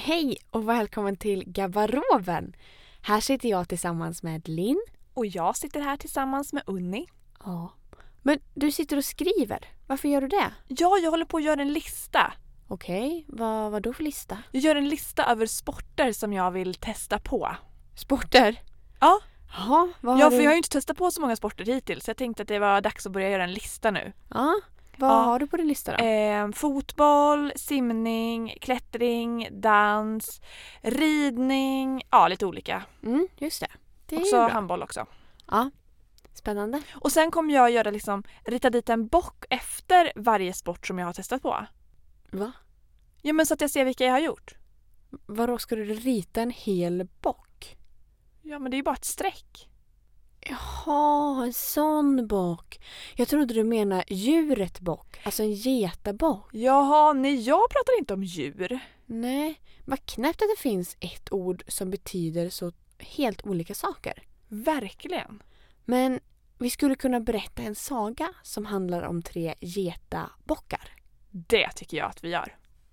Hej och välkommen till Gabbaroven. Här sitter jag tillsammans med Linn. Och jag sitter här tillsammans med Unni. Ja. Men du sitter och skriver. Varför gör du det? Ja, jag håller på att göra en lista. Okej, vad då för lista? Jag gör en lista över sporter som jag vill testa på. Sporter? Ja. Jaha, Ja, för jag har ju inte testat på så många sporter hittills. Så jag tänkte att det var dags att börja göra en lista nu. Ja, vad har du på din lista då? Fotboll, simning, klättring, dans, ridning, ja lite olika. Just det. Det är också ju bra. handboll också. Ja, spännande. Och sen kommer jag göra rita dit en bock efter varje sport som jag har testat på. Va? Ja, men så att jag ser vilka jag har gjort. Vadå, ska du rita en hel bock? Ja, men det är ju bara ett streck. Jaha, en sån bock. Jag trodde du menar djuret bock, alltså en getabock. Jaha, nej, jag pratar inte om djur. Nej, vad knäppt att det finns ett ord som betyder så helt olika saker. Verkligen. Men vi skulle kunna berätta en saga som handlar om 3 getabockar. Det tycker jag att vi gör.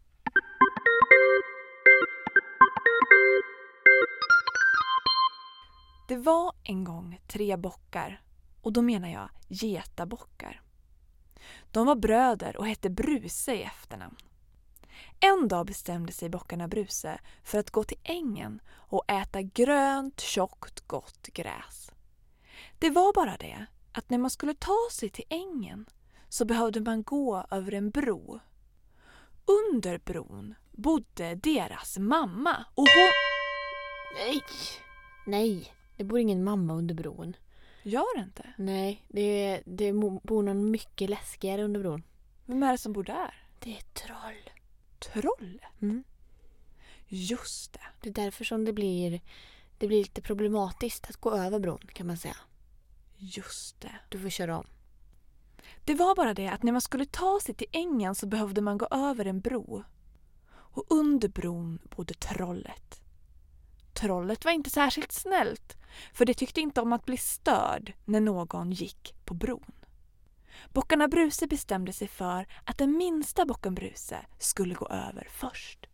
Det var en gång 3 bockar, och då menar jag getabockar. De var bröder och hette Bruse i efternamn. En dag bestämde sig bockarna Bruse för att gå till ängen och äta grönt, tjockt, gott gräs. Det var bara det att när man skulle ta sig till ängen så behövde man gå över en bro. Under bron bodde deras mamma och hon... Nej, det bor ingen mamma under bron. Gör det inte? Nej, det bor någon mycket läskigare under bron. Vem är det som bor där? Det är ett troll. Troll? Mm. Just det. Det är därför som det blir lite problematiskt att gå över bron, kan man säga. Just det. Du får köra om. Det var bara det att när man skulle ta sig till ängen så behövde man gå över en bro. Och under bron bodde trollet. Trollet var inte särskilt snällt, för det tyckte inte om att bli störd när någon gick på bron. Bockarna Bruse bestämde sig för att den minsta bocken Bruse skulle gå över först.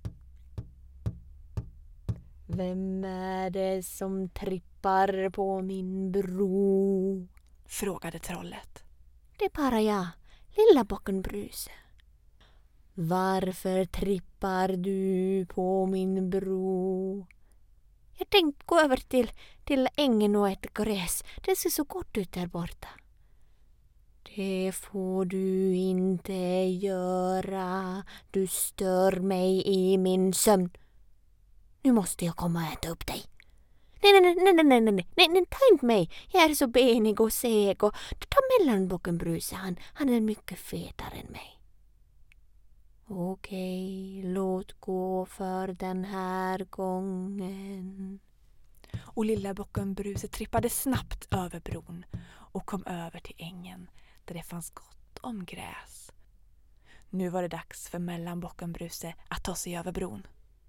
Vem är det som trippar på min bro? Frågade trollet. Det är bara jag, lilla bocken Bruse. Varför trippar du på min bro? Jag tänkte gå över till ängen och äta gräs. Det ser så gott ut där borta. Det får du inte göra. Du stör mig i min sömn. Nu måste jag komma och äta upp dig. Nej, ta inte mig. Jag är så benig och seg och ta mellanbocken Bruse. Han är mycket fetare än mig. Okej, låt gå för den här gången. Och lilla bocken Bruse trippade snabbt över bron och kom över till ängen där det fanns gott om gräs. Nu var det dags för mellanbocken Bruse att ta sig över bron.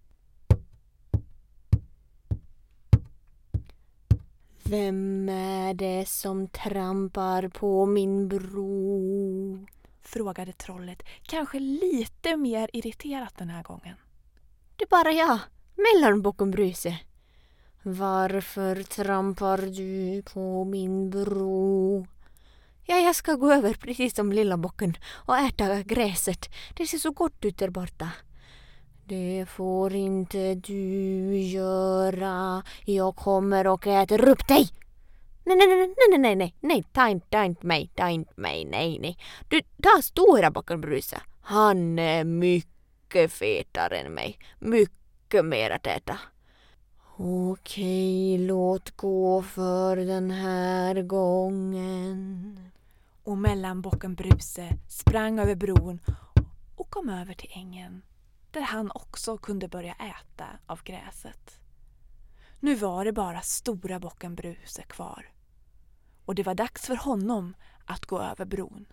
Vem är det som trampar på min bro? Frågade trollet, kanske lite mer irriterat den här gången. Det är bara jag, mellanbocken Bruse. Varför trampar du på min bro? Ja, jag ska gå över precis som lilla bocken och äta gräset. Det ser så gott ut där borta. Det får inte du göra. Jag kommer och äter upp dig. Nej, ta inte mig, nej. Du, ta stora bocken Bruse. Han är mycket fetare än mig. Mycket mer att äta. Okej, låt gå för den här gången. Och mellanbocken Bruse sprang över bron och kom över till ängen där han också kunde börja äta av gräset. Nu var det bara stora bocken Bruse kvar. Och det var dags för honom att gå över bron.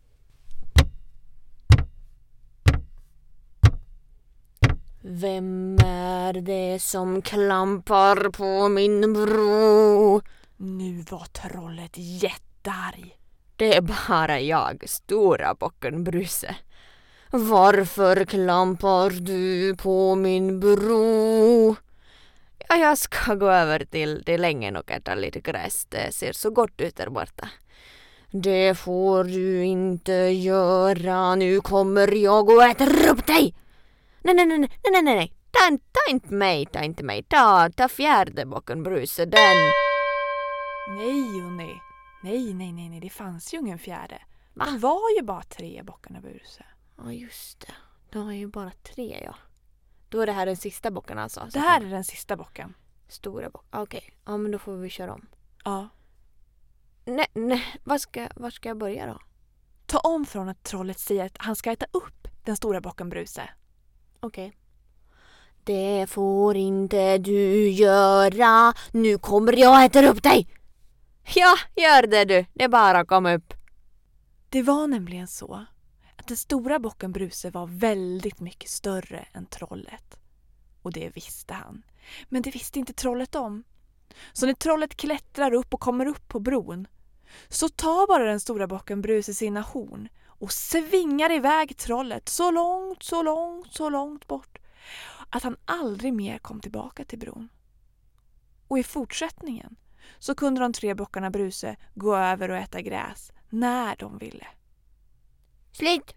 Vem är det som klampar på min bro? Nu var trollet jättearg. Det är bara jag, stora bocken Bruse. Varför klampar du på min bro? Ja, jag ska gå över till ängen och äta lite gräs. Det ser så gott ut där borta. Det får du inte göra. Nu kommer jag och äter upp dig. Nej. Ta inte mig. Ta fjärde bocken Bruse. Den. Nej, Jonny. Nej. Det fanns ju ingen fjärde. Va? De var ju bara 3 bockarna Bruse. Ja, just det. De har ju bara 3, ja. Då är det här den sista bocken alltså. Det här är den sista bocken. Stora bock. Okej. Ja, men då får vi köra om. Ja. Nej. Var ska jag börja då? Ta om från att trollet säger att han ska äta upp den stora bocken Bruse. Okej. Det får inte du göra. Nu kommer jag och äter upp dig. Ja, gör det du. Det är bara kom upp. Det var nämligen så att den stora bocken Bruse var väldigt mycket större än trollet. Och det visste han. Men det visste inte trollet om. Så när trollet klättrar upp och kommer upp på bron så tar bara den stora bocken Bruse sina horn och svingar iväg trollet så långt bort att han aldrig mer kom tillbaka till bron. Och i fortsättningen så kunde de 3 bockarna Bruse gå över och äta gräs när de ville. Slut.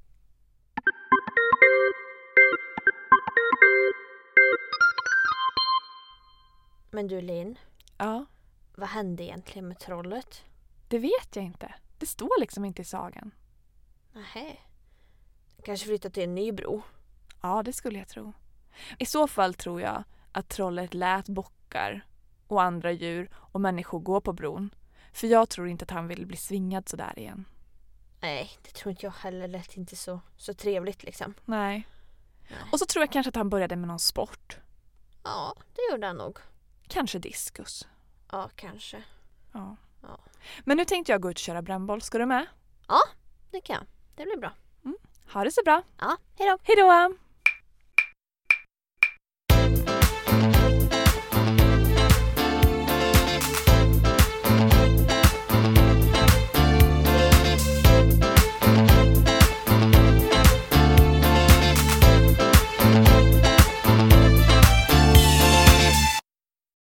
Men du Linn, Ja, vad hände egentligen med trollet? det vet jag inte. Det står liksom inte i sagan. Nähä. Kanske flytta till en ny bro. Ja, det skulle jag tro. I så fall tror jag att trollet lät bockar och andra djur och människor gå på bron. För jag tror inte att han vill bli svingad så där igen. Nej, det tror inte jag heller. Lät inte så trevligt liksom. Nej. Nej. Och så tror jag kanske att han började med någon sport. Ja, det gjorde han nog. Kanske diskus. Ja, kanske. Ja. Ja. Men nu tänkte jag gå ut och köra brännboll. Ska du med? Ja, det kan jag. Det blir bra. Ha det så bra. Ja, hej då. Hej då!